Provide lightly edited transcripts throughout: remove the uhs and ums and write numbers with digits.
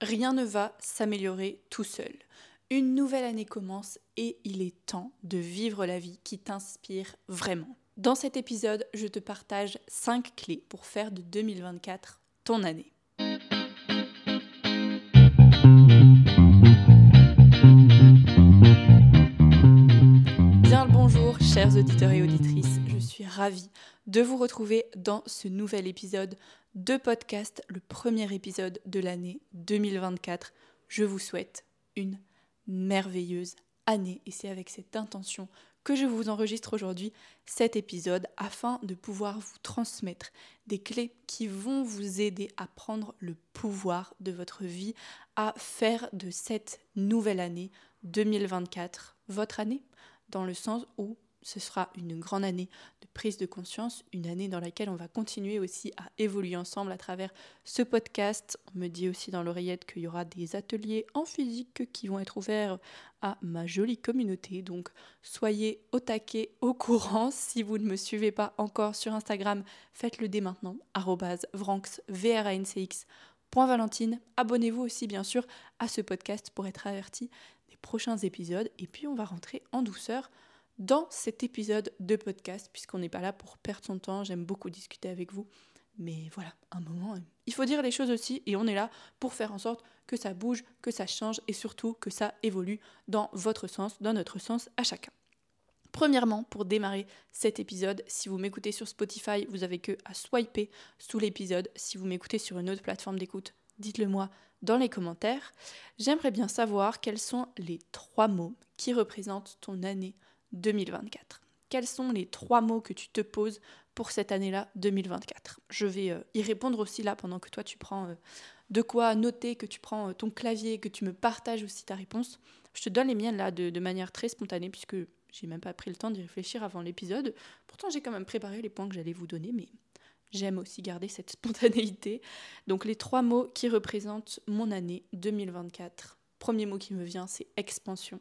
Rien ne va s'améliorer tout seul. Une nouvelle année commence et il est temps de vivre la vie qui t'inspire vraiment. Dans cet épisode, je te partage 5 clés pour faire de 2024 ton année. Bien le bonjour, chers auditeurs et auditrices. Je suis ravie de vous retrouver dans ce nouvel épisode de podcast, le premier épisode de l'année 2024. Je vous souhaite une merveilleuse année et c'est avec cette intention que je vous enregistre aujourd'hui cet épisode afin de pouvoir vous transmettre des clés qui vont vous aider à prendre le pouvoir de votre vie, à faire de cette nouvelle année 2024 votre année, dans le sens où ce sera une grande année de prise de conscience, une année dans laquelle on va continuer aussi à évoluer ensemble à travers ce podcast. On me dit aussi dans l'oreillette qu'il y aura des ateliers en physique qui vont être ouverts à ma jolie communauté. Donc soyez au taquet, au courant. Si vous ne me suivez pas encore sur Instagram, faites-le dès maintenant, @vranx, VRANCX.Valentine. Abonnez-vous aussi bien sûr à ce podcast pour être averti des prochains épisodes. Et puis on va rentrer en douceur dans cet épisode de podcast, puisqu'on n'est pas là pour perdre son temps. J'aime beaucoup discuter avec vous, mais voilà, un moment, il faut dire les choses aussi, et on est là pour faire en sorte que ça bouge, que ça change, et surtout que ça évolue dans votre sens, dans notre sens à chacun. Premièrement, pour démarrer cet épisode, si vous m'écoutez sur Spotify, vous avez que à swiper sous l'épisode. Si vous m'écoutez sur une autre plateforme d'écoute, dites-le moi dans les commentaires. J'aimerais bien savoir quels sont les 3 mots qui représentent ton année 2024. Quels sont les 3 mots que tu te poses pour cette année-là 2024 ? Je vais y répondre aussi là pendant que toi tu prends de quoi noter, que tu prends ton clavier, que tu me partages aussi ta réponse. Je te donne les miennes là de manière très spontanée puisque j'ai même pas pris le temps d'y réfléchir avant l'épisode. Pourtant j'ai quand même préparé les points que j'allais vous donner, mais j'aime aussi garder cette spontanéité. Donc les 3 mots qui représentent mon année 2024. Premier mot qui me vient, c'est expansion.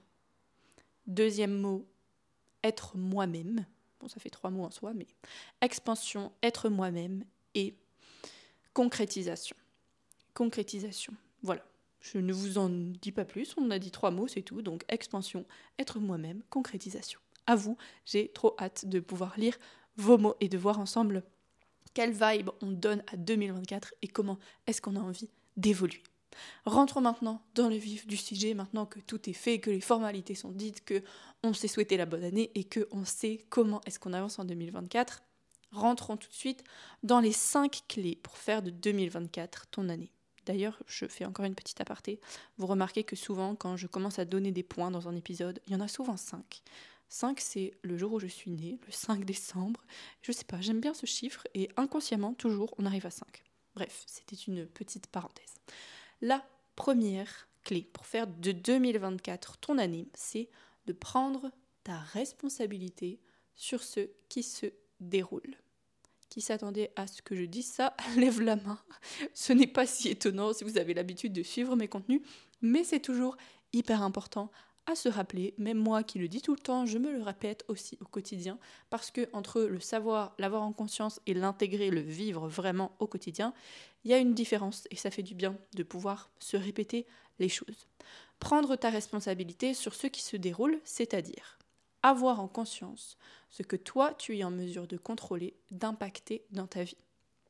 Deuxième mot, être moi-même. Bon, ça fait 3 mots en soi, mais expansion, être moi-même et concrétisation. Concrétisation, voilà. Je ne vous en dis pas plus, on a dit 3 mots, c'est tout. Donc expansion, être moi-même, concrétisation. À vous, j'ai trop hâte de pouvoir lire vos mots et de voir ensemble quelle vibe on donne à 2024 et comment est-ce qu'on a envie d'évoluer. Rentrons maintenant dans le vif du sujet, maintenant que tout est fait, que les formalités sont dites, que on s'est souhaité la bonne année et que on sait comment est-ce qu'on avance en 2024. Rentrons tout de suite dans les 5 clés pour faire de 2024 ton année. D'ailleurs, je fais encore une petite aparté. Vous remarquez que souvent, quand je commence à donner des points dans un épisode, il y en a souvent 5. 5, c'est le jour où je suis née, le 5 décembre. Je sais pas, j'aime bien ce chiffre et inconsciemment, toujours, on arrive à 5. Bref, c'était une petite parenthèse. La première clé pour faire de 2024 ton année, c'est de prendre ta responsabilité sur ce qui se déroule. Qui s'attendait à ce que je dise ça, lève la main. Ce n'est pas si étonnant si vous avez l'habitude de suivre mes contenus, mais c'est toujours hyper important à se rappeler. Même moi qui le dis tout le temps, je me le répète aussi au quotidien, parce que entre le savoir, l'avoir en conscience et l'intégrer, le vivre vraiment au quotidien, il y a une différence et ça fait du bien de pouvoir se répéter les choses. Prendre ta responsabilité sur ce qui se déroule, c'est-à-dire avoir en conscience ce que toi tu es en mesure de contrôler, d'impacter dans ta vie.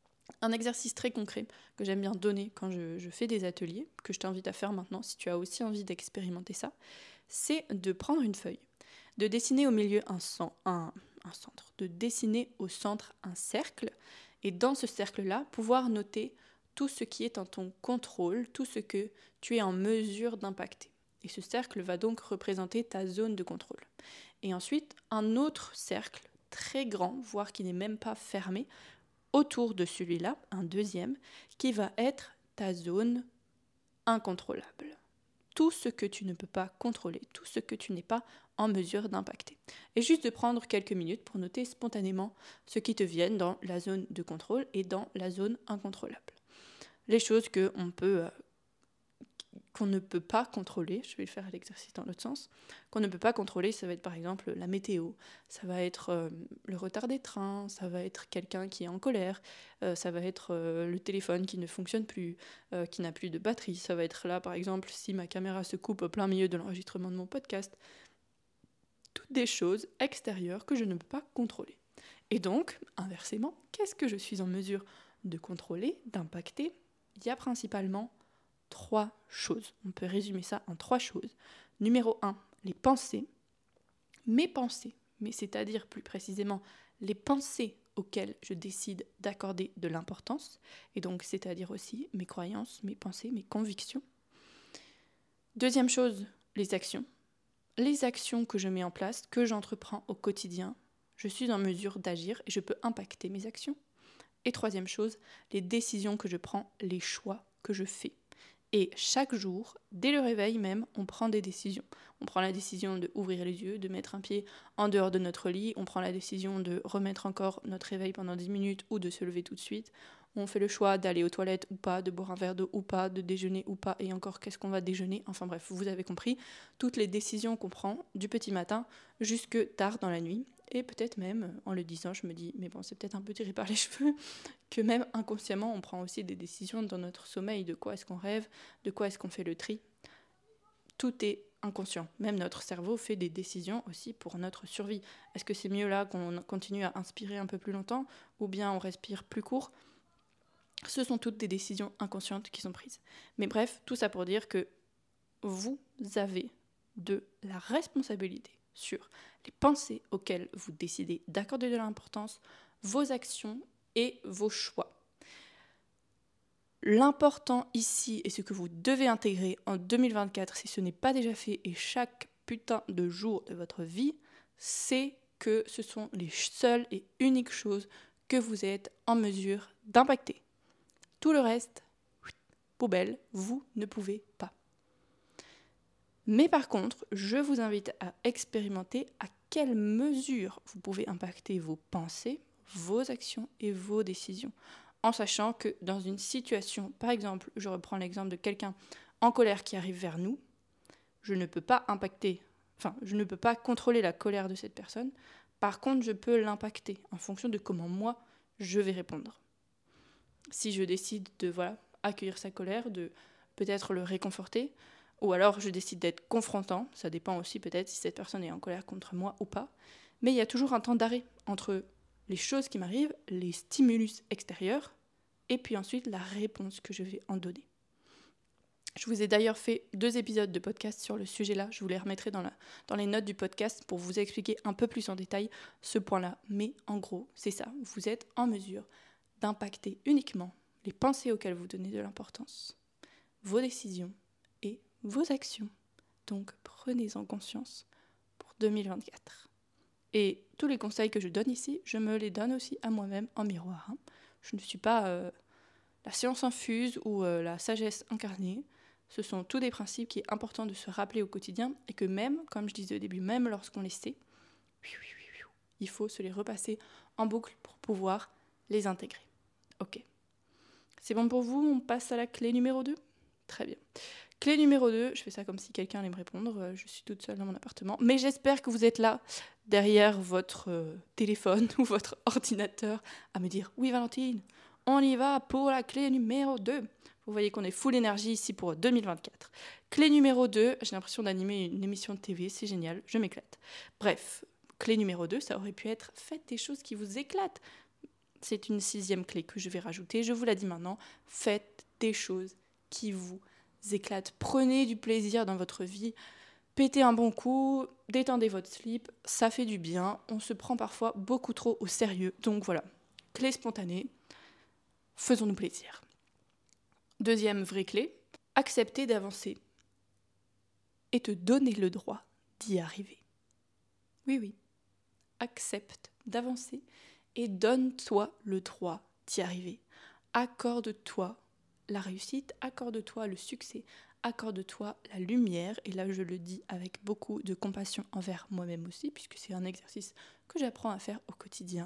Un exercice très concret que j'aime bien donner quand je fais des ateliers, que je t'invite à faire maintenant si tu as aussi envie d'expérimenter ça, c'est de prendre une feuille, de dessiner au milieu un centre, de dessiner au centre un cercle, et dans ce cercle-là, pouvoir noter tout ce qui est en ton contrôle, tout ce que tu es en mesure d'impacter. Et ce cercle va donc représenter ta zone de contrôle. Et ensuite, un autre cercle très grand, voire qui n'est même pas fermé, autour de celui-là, un deuxième, qui va être ta zone incontrôlable. Tout ce que tu ne peux pas contrôler, tout ce que tu n'es pas en mesure d'impacter. Et juste de prendre quelques minutes pour noter spontanément ce qui te viennent dans la zone de contrôle et dans la zone incontrôlable. Les choses qu'on qu'on ne peut pas contrôler, je vais faire l'exercice dans l'autre sens, qu'on ne peut pas contrôler, ça va être par exemple la météo, ça va être le retard des trains, ça va être quelqu'un qui est en colère, ça va être le téléphone qui ne fonctionne plus, qui n'a plus de batterie, ça va être là par exemple si ma caméra se coupe au plein milieu de l'enregistrement de mon podcast, toutes des choses extérieures que je ne peux pas contrôler. Et donc, inversement, qu'est-ce que je suis en mesure de contrôler, d'impacter ? Il y a principalement 3 choses. On peut résumer ça en 3 choses. Numéro 1, les pensées. Mes pensées, mais c'est-à-dire plus précisément les pensées auxquelles je décide d'accorder de l'importance, et donc c'est-à-dire aussi mes croyances, mes pensées, mes convictions. Deuxième chose, les actions. Les actions que je mets en place, que j'entreprends au quotidien, je suis en mesure d'agir et je peux impacter mes actions. Et troisième chose, les décisions que je prends, les choix que je fais. Et chaque jour, dès le réveil même, on prend des décisions. On prend la décision d'ouvrir les yeux, de mettre un pied en dehors de notre lit. On prend la décision de remettre encore notre réveil pendant 10 minutes ou de se lever tout de suite. On fait le choix d'aller aux toilettes ou pas, de boire un verre d'eau ou pas, de déjeuner ou pas. Et encore, qu'est-ce qu'on va déjeuner ? Enfin bref, vous avez compris. Toutes les décisions qu'on prend du petit matin jusque tard dans la nuit. Et peut-être même, en le disant, je me dis, mais bon, c'est peut-être un peu tiré par les cheveux, que même inconsciemment, on prend aussi des décisions dans notre sommeil. De quoi est-ce qu'on rêve ? De quoi est-ce qu'on fait le tri ? Tout est inconscient. Même notre cerveau fait des décisions aussi pour notre survie. Est-ce que c'est mieux là qu'on continue à inspirer un peu plus longtemps ou bien on respire plus court ? Ce sont toutes des décisions inconscientes qui sont prises. Mais bref, tout ça pour dire que vous avez de la responsabilité sur les pensées auxquelles vous décidez d'accorder de l'importance, vos actions et vos choix. L'important ici, et ce que vous devez intégrer en 2024, si ce n'est pas déjà fait, et chaque putain de jour de votre vie, c'est que ce sont les seules et uniques choses que vous êtes en mesure d'impacter. Tout le reste, poubelle, vous ne pouvez pas. Mais par contre, je vous invite à expérimenter à quelle mesure vous pouvez impacter vos pensées, vos actions et vos décisions. En sachant que dans une situation, par exemple, je reprends l'exemple de quelqu'un en colère qui arrive vers nous, je ne peux pas contrôler la colère de cette personne. Par contre, je peux l'impacter en fonction de comment moi, je vais répondre. Si je décide de accueillir sa colère, de peut-être le réconforter, ou alors je décide d'être confrontant, ça dépend aussi peut-être si cette personne est en colère contre moi ou pas, mais il y a toujours un temps d'arrêt entre les choses qui m'arrivent, les stimulus extérieurs, et puis ensuite la réponse que je vais en donner. Je vous ai d'ailleurs fait 2 épisodes de podcast sur le sujet-là, je vous les remettrai dans les notes du podcast pour vous expliquer un peu plus en détail ce point-là, mais en gros, c'est ça, vous êtes en mesure d'impacter uniquement les pensées auxquelles vous donnez de l'importance, vos décisions et vos actions. Donc prenez-en conscience pour 2024. Et tous les conseils que je donne ici, je me les donne aussi à moi-même en miroir. Je ne suis pas la science infuse ou la sagesse incarnée. Ce sont tous des principes qui est important de se rappeler au quotidien et que même, comme je disais au début, même lorsqu'on les sait, il faut se les repasser en boucle pour pouvoir les intégrer. Ok. C'est bon pour vous ? On passe à la clé numéro 2 ? Très bien. Clé numéro 2, je fais ça comme si quelqu'un allait me répondre, je suis toute seule dans mon appartement, mais j'espère que vous êtes là, derrière votre téléphone ou votre ordinateur, à me dire « Oui Valentine, on y va pour la clé numéro 2 ». Vous voyez qu'on est full énergie ici pour 2024. Clé numéro 2, j'ai l'impression d'animer une émission de TV, c'est génial, je m'éclate. Bref, clé numéro 2, ça aurait pu être « Faites des choses qui vous éclatent ». C'est une 6e clé que je vais rajouter, je vous la dis maintenant, faites des choses qui vous éclatent. Prenez du plaisir dans votre vie, pétez un bon coup, détendez votre slip, ça fait du bien, on se prend parfois beaucoup trop au sérieux. Donc voilà, clé spontanée, faisons-nous plaisir. 2e vraie clé, accepter d'avancer et te donner le droit d'y arriver. Oui, accepte d'avancer et donne-toi le droit d'y arriver. Accorde-toi la réussite, accorde-toi le succès, accorde-toi la lumière, et là je le dis avec beaucoup de compassion envers moi-même aussi, puisque c'est un exercice que j'apprends à faire au quotidien.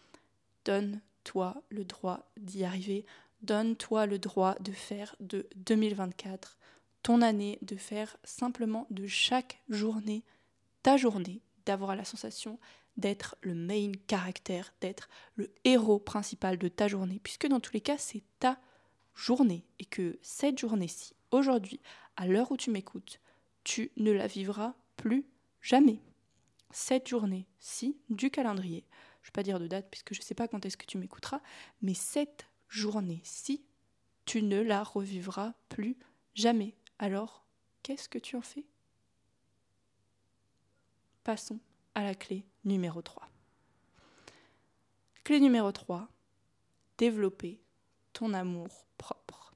Donne-toi le droit d'y arriver, donne-toi le droit de faire de 2024 ton année, de faire simplement de chaque journée ta journée, d'avoir la sensation d'être le main caractère, d'être le héros principal de ta journée, puisque dans tous les cas, c'est ta journée et que cette journée-ci, aujourd'hui, à l'heure où tu m'écoutes, tu ne la vivras plus jamais. Cette journée-ci du calendrier, je ne vais pas dire de date puisque je ne sais pas quand est-ce que tu m'écouteras, mais cette journée-ci, tu ne la revivras plus jamais. Alors, qu'est-ce que tu en fais ? Passons à la clé numéro 3. Clé numéro 3, développer ton amour propre.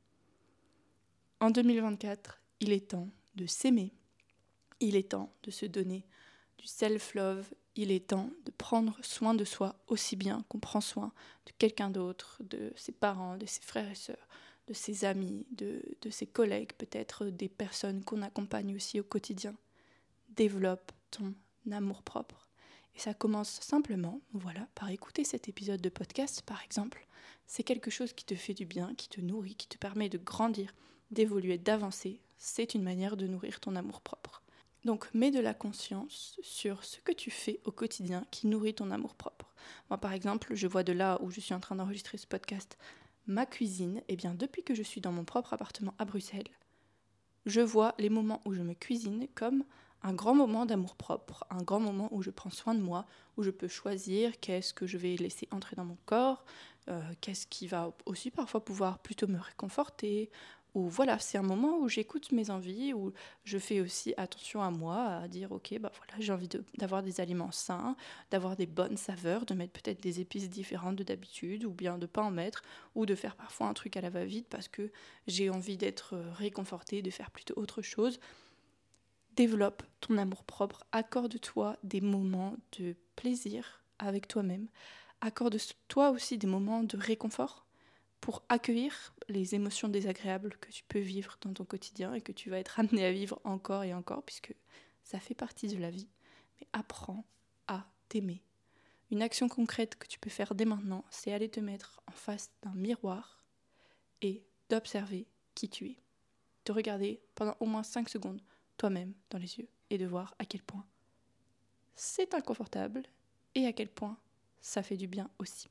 En 2024, il est temps de s'aimer, il est temps de se donner du self-love, il est temps de prendre soin de soi aussi bien qu'on prend soin de quelqu'un d'autre, de ses parents, de ses frères et sœurs, de ses amis, de ses collègues, peut-être des personnes qu'on accompagne aussi au quotidien. Développe ton amour-propre. Et ça commence simplement, par écouter cet épisode de podcast, par exemple. C'est quelque chose qui te fait du bien, qui te nourrit, qui te permet de grandir, d'évoluer, d'avancer. C'est une manière de nourrir ton amour-propre. Donc, mets de la conscience sur ce que tu fais au quotidien qui nourrit ton amour-propre. Moi, par exemple, je vois de là où je suis en train d'enregistrer ce podcast, ma cuisine. Eh bien, depuis que je suis dans mon propre appartement à Bruxelles, je vois les moments où je me cuisine comme un grand moment d'amour-propre, un grand moment où je prends soin de moi, où je peux choisir qu'est-ce que je vais laisser entrer dans mon corps, qu'est-ce qui va aussi parfois pouvoir plutôt me réconforter, ou c'est un moment où j'écoute mes envies, où je fais aussi attention à moi, à dire j'ai envie d'avoir des aliments sains, d'avoir des bonnes saveurs, de mettre peut-être des épices différentes de d'habitude, ou bien de pas en mettre, ou de faire parfois un truc à la va-vite parce que j'ai envie d'être réconfortée, de faire plutôt autre chose. Développe ton amour-propre, accorde-toi des moments de plaisir avec toi-même, accorde-toi aussi des moments de réconfort pour accueillir les émotions désagréables que tu peux vivre dans ton quotidien et que tu vas être amené à vivre encore et encore puisque ça fait partie de la vie. Mais apprends à t'aimer. Une action concrète que tu peux faire dès maintenant, c'est aller te mettre en face d'un miroir et d'observer qui tu es. De regarder pendant au moins 5 secondes toi-même dans les yeux et de voir à quel point c'est inconfortable et à quel point ça fait du bien aussi.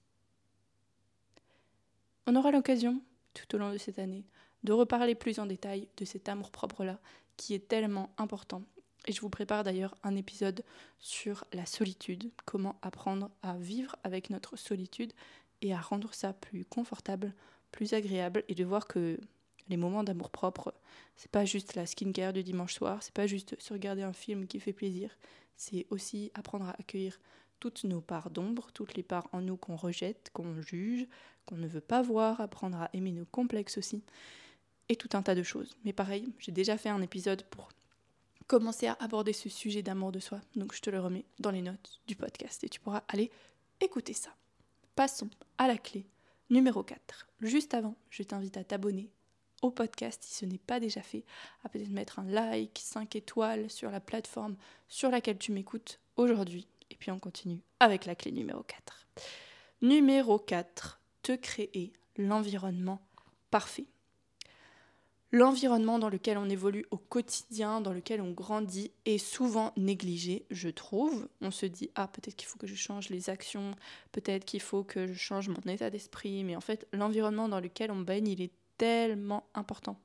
On aura l'occasion, tout au long de cette année, de reparler plus en détail de cet amour-propre-là qui est tellement important. Et je vous prépare d'ailleurs un épisode sur la solitude, comment apprendre à vivre avec notre solitude et à rendre ça plus confortable, plus agréable et de voir que les moments d'amour-propre, c'est pas juste la skincare du dimanche soir, c'est pas juste se regarder un film qui fait plaisir, c'est aussi apprendre à accueillir toutes nos parts d'ombre, toutes les parts en nous qu'on rejette, qu'on juge, qu'on ne veut pas voir, apprendre à aimer nos complexes aussi, et tout un tas de choses. Mais pareil, j'ai déjà fait un épisode pour commencer à aborder ce sujet d'amour de soi, donc je te le remets dans les notes du podcast et tu pourras aller écouter ça. Passons à la clé numéro 4. Juste avant, je t'invite à t'abonner au podcast si ce n'est pas déjà fait, à peut-être mettre un like, 5 étoiles sur la plateforme sur laquelle tu m'écoutes aujourd'hui. Et puis on continue avec la clé numéro 4. Numéro 4, te créer l'environnement parfait. L'environnement dans lequel on évolue au quotidien, dans lequel on grandit, est souvent négligé, je trouve. On se dit, peut-être qu'il faut que je change les actions, peut-être qu'il faut que je change mon état d'esprit, mais en fait, l'environnement dans lequel on baigne, il est tellement important.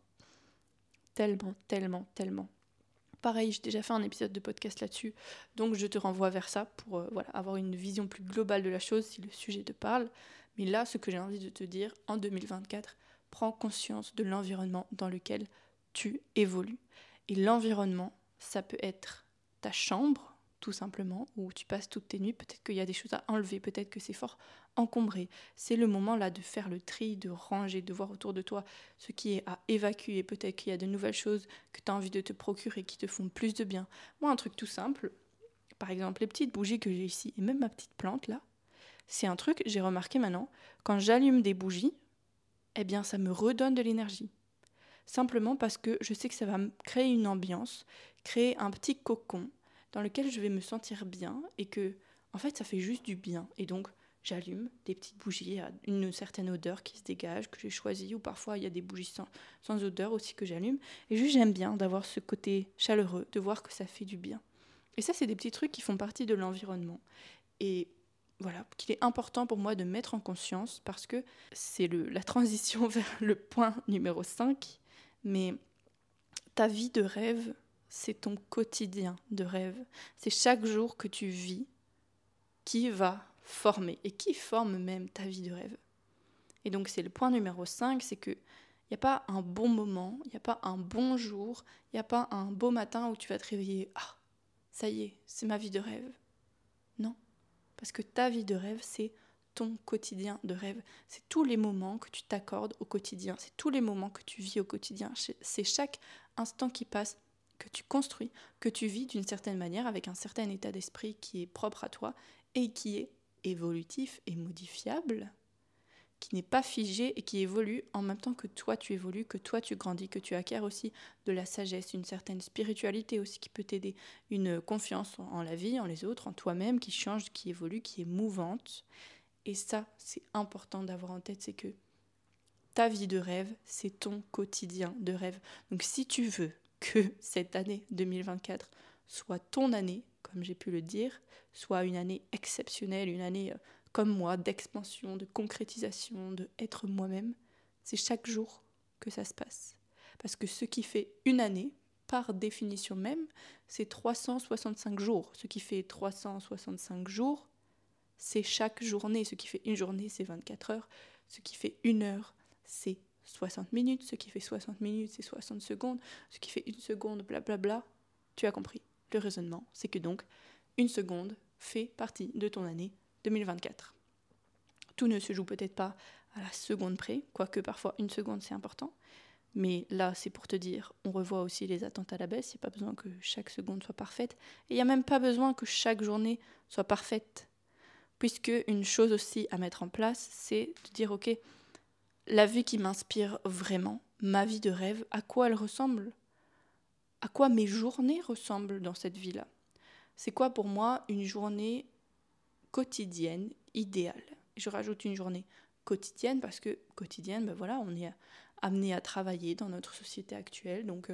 Tellement. Pareil, j'ai déjà fait un épisode de podcast là-dessus, donc je te renvoie vers ça pour avoir une vision plus globale de la chose si le sujet te parle. Mais là, ce que j'ai envie de te dire, en 2024, prends conscience de l'environnement dans lequel tu évolues. Et l'environnement, ça peut être ta chambre, tout simplement, où tu passes toutes tes nuits. Peut-être qu'il y a des choses à enlever, peut-être que c'est fort encombré. C'est le moment là de faire le tri, de ranger, de voir autour de toi ce qui est à évacuer. Peut-être qu'il y a de nouvelles choses que tu as envie de te procurer qui te font plus de bien. Moi, un truc tout simple, par exemple les petites bougies que j'ai ici, et même ma petite plante là, c'est un truc, j'ai remarqué maintenant, quand j'allume des bougies, eh bien ça me redonne de l'énergie. Simplement parce que je sais que ça va me créer une ambiance, créer un petit cocon dans lequel je vais me sentir bien et que, en fait, ça fait juste du bien. Et donc, j'allume des petites bougies à une certaine odeur qui se dégage, que j'ai choisie, ou parfois il y a des bougies sans odeur aussi que j'allume. Et juste j'aime bien d'avoir ce côté chaleureux, de voir que ça fait du bien. Et ça, c'est des petits trucs qui font partie de l'environnement. Et voilà, qu'il est important pour moi de mettre en conscience parce que c'est la transition vers le point numéro 5. Mais ta vie de rêve, c'est ton quotidien de rêve. C'est chaque jour que tu vis qui va former et qui forme même ta vie de rêve. Et donc c'est le point numéro 5, c'est que il n'y a pas un bon moment, il n'y a pas un bon jour, il n'y a pas un beau matin où tu vas te réveiller. Ah, ça y est, c'est ma vie de rêve. Non, parce que ta vie de rêve, c'est ton quotidien de rêve. C'est tous les moments que tu t'accordes au quotidien, c'est tous les moments que tu vis au quotidien. C'est chaque instant qui passe que tu construis, que tu vis d'une certaine manière avec un certain état d'esprit qui est propre à toi et qui est évolutif et modifiable, qui n'est pas figé et qui évolue en même temps que toi tu évolues, que toi tu grandis, que tu acquiers aussi de la sagesse, une certaine spiritualité aussi qui peut t'aider, une confiance en la vie, en les autres, en toi-même, qui change, qui évolue, qui est mouvante. Et ça, c'est important d'avoir en tête, c'est que ta vie de rêve, c'est ton quotidien de rêve. Donc si tu veux que cette année 2024 soit ton année, comme j'ai pu le dire, soit une année exceptionnelle, une année comme moi, d'expansion, de concrétisation, de être moi-même, c'est chaque jour que ça se passe. Parce que ce qui fait une année, par définition même, c'est 365 jours. Ce qui fait 365 jours, c'est chaque journée. Ce qui fait une journée, c'est 24 heures. Ce qui fait une heure, c'est 60 minutes. Ce qui fait 60 minutes, c'est 60 secondes. Ce qui fait une seconde, blablabla. Tu as compris. Le raisonnement, c'est que donc, une seconde fait partie de ton année 2024. Tout ne se joue peut-être pas à la seconde près, quoique parfois une seconde c'est important. Mais là, c'est pour te dire, on revoit aussi les attentes à la baisse. Il n'y a pas besoin que chaque seconde soit parfaite. Et il n'y a même pas besoin que chaque journée soit parfaite. Puisque une chose aussi à mettre en place, c'est de dire, ok, la vie qui m'inspire vraiment, ma vie de rêve, à quoi elle ressemble ? À quoi mes journées ressemblent dans cette vie-là ? C'est quoi pour moi une journée quotidienne, idéale ? Je rajoute une journée quotidienne parce que quotidienne, ben voilà, on est amené à travailler dans notre société actuelle. Donc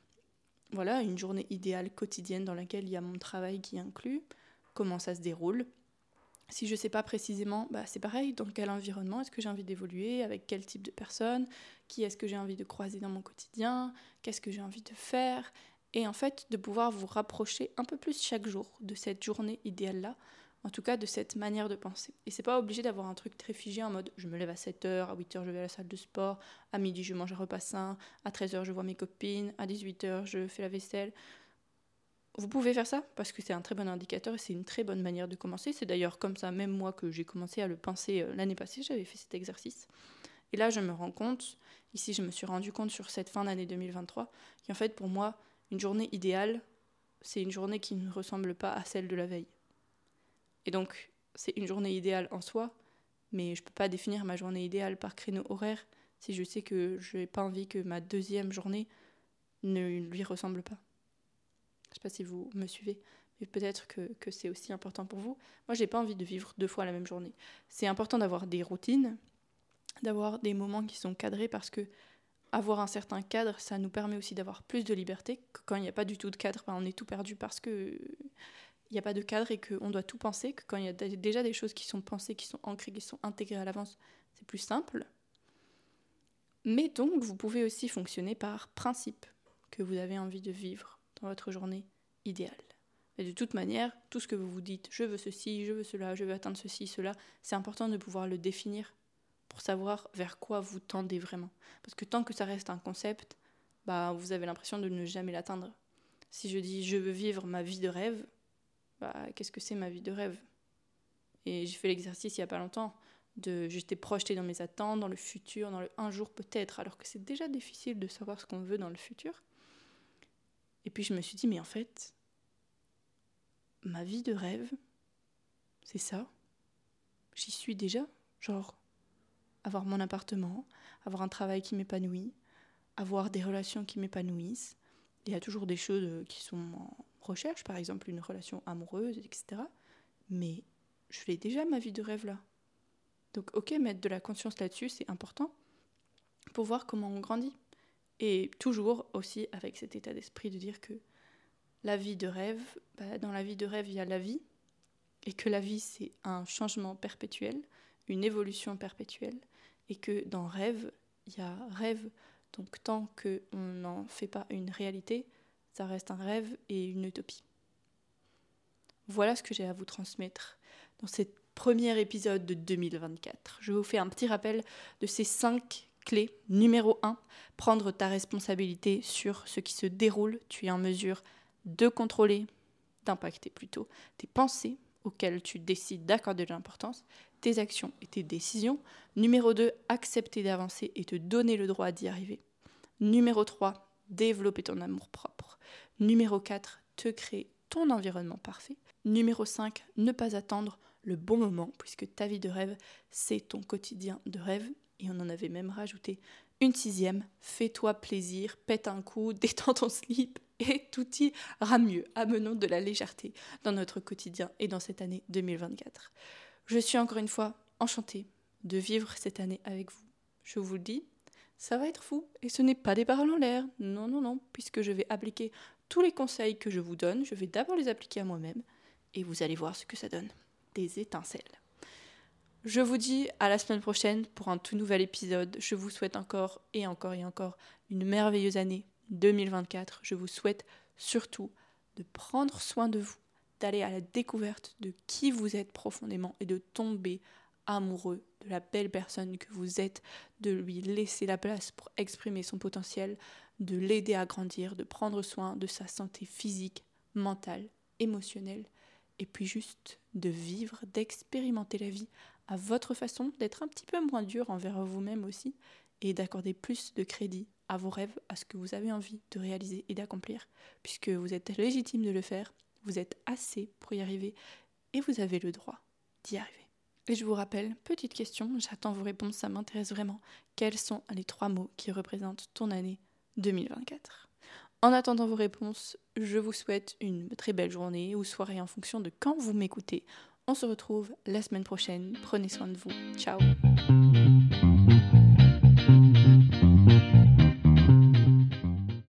voilà, une journée idéale quotidienne dans laquelle il y a mon travail qui inclut, comment ça se déroule. Si je ne sais pas précisément, bah c'est pareil, dans quel environnement est-ce que j'ai envie d'évoluer, avec quel type de personne, qui est-ce que j'ai envie de croiser dans mon quotidien, qu'est-ce que j'ai envie de faire, et en fait de pouvoir vous rapprocher un peu plus chaque jour de cette journée idéale-là, en tout cas de cette manière de penser. Et c'est pas obligé d'avoir un truc très figé en mode je me lève à 7h, à 8h je vais à la salle de sport, à midi je mange un repas sain, à 13h je vois mes copines, à 18h je fais la vaisselle. Vous pouvez faire ça parce que c'est un très bon indicateur et c'est une très bonne manière de commencer. C'est d'ailleurs comme ça, même moi, que j'ai commencé à le penser l'année passée, j'avais fait cet exercice. Et là, je me rends compte, ici, je me suis rendu compte sur cette fin d'année 2023, qu'en fait, pour moi, une journée idéale, c'est une journée qui ne ressemble pas à celle de la veille. Et donc, c'est une journée idéale en soi, mais je ne peux pas définir ma journée idéale par créneau horaire si je sais que je n'ai pas envie que ma deuxième journée ne lui ressemble pas. Je ne sais pas si vous me suivez, mais peut-être que c'est aussi important pour vous. Moi, je n'ai pas envie de vivre 2 fois la même journée. C'est important d'avoir des routines, d'avoir des moments qui sont cadrés parce que avoir un certain cadre, ça nous permet aussi d'avoir plus de liberté. Que quand il n'y a pas du tout de cadre, on est tout perdu parce qu'il n'y a pas de cadre et qu'on doit tout penser. Que quand il y a déjà des choses qui sont pensées, qui sont ancrées, qui sont intégrées à l'avance, c'est plus simple. Mais donc, vous pouvez aussi fonctionner par principe que vous avez envie de vivre dans votre journée idéale. Et de toute manière, tout ce que vous vous dites, je veux ceci, je veux cela, je veux atteindre ceci, cela, c'est important de pouvoir le définir pour savoir vers quoi vous tendez vraiment. Parce que tant que ça reste un concept, bah, vous avez l'impression de ne jamais l'atteindre. Si je dis je veux vivre ma vie de rêve, bah, qu'est-ce que c'est ma vie de rêve ? Et j'ai fait l'exercice il n'y a pas longtemps. J'étais projetée dans mes attentes, dans le futur, dans le un jour peut-être, alors que c'est déjà difficile de savoir ce qu'on veut dans le futur. Et puis je me suis dit, mais en fait, ma vie de rêve, c'est ça. J'y suis déjà. Genre, avoir mon appartement, avoir un travail qui m'épanouit, avoir des relations qui m'épanouissent. Il y a toujours des choses qui sont en recherche, par exemple une relation amoureuse, etc. Mais je l'ai déjà, ma vie de rêve là. Donc ok, mettre de la conscience là-dessus, c'est important pour voir comment on grandit. Et toujours aussi avec cet état d'esprit de dire que la vie de rêve, dans la vie de rêve, il y a la vie, et que la vie, c'est un changement perpétuel, une évolution perpétuelle, et que dans rêve, il y a rêve. Donc tant qu'on n'en fait pas une réalité, ça reste un rêve et une utopie. Voilà ce que j'ai à vous transmettre dans ce premier épisode de 2024. Je vous fais un petit rappel de ces 5 clés. Numéro 1, prendre ta responsabilité sur ce qui se déroule. Tu es en mesure de contrôler, d'impacter plutôt, tes pensées auxquelles tu décides d'accorder de l'importance, tes actions et tes décisions. Numéro 2, accepter d'avancer et te donner le droit d'y arriver. Numéro 3, développer ton amour-propre. Numéro 4, te créer ton environnement parfait. Numéro 5, ne pas attendre le bon moment, puisque ta vie de rêve, c'est ton quotidien de rêve. Et on en avait même rajouté une 6e, fais-toi plaisir, pète un coup, détends ton slip, et tout ira mieux. Amenons de la légèreté dans notre quotidien et dans cette année 2024. Je suis encore une fois enchantée de vivre cette année avec vous. Je vous le dis, ça va être fou, et ce n'est pas des paroles en l'air, non, puisque je vais appliquer tous les conseils que je vous donne, je vais d'abord les appliquer à moi-même, et vous allez voir ce que ça donne, des étincelles. Je vous dis à la semaine prochaine pour un tout nouvel épisode. Je vous souhaite encore une merveilleuse année 2024. Je vous souhaite surtout de prendre soin de vous, d'aller à la découverte de qui vous êtes profondément et de tomber amoureux de la belle personne que vous êtes, de lui laisser la place pour exprimer son potentiel, de l'aider à grandir, de prendre soin de sa santé physique, mentale, émotionnelle, et puis juste de vivre, d'expérimenter la vie à votre façon, d'être un petit peu moins dur envers vous-même aussi, et d'accorder plus de crédit à vos rêves, à ce que vous avez envie de réaliser et d'accomplir, puisque vous êtes légitime de le faire, vous êtes assez pour y arriver, et vous avez le droit d'y arriver. Et je vous rappelle, petite question, j'attends vos réponses, ça m'intéresse vraiment. Quels sont les 3 mots qui représentent ton année 2024 ? En attendant vos réponses, je vous souhaite une très belle journée ou soirée en fonction de quand vous m'écoutez. On se retrouve la semaine prochaine. Prenez soin de vous. Ciao.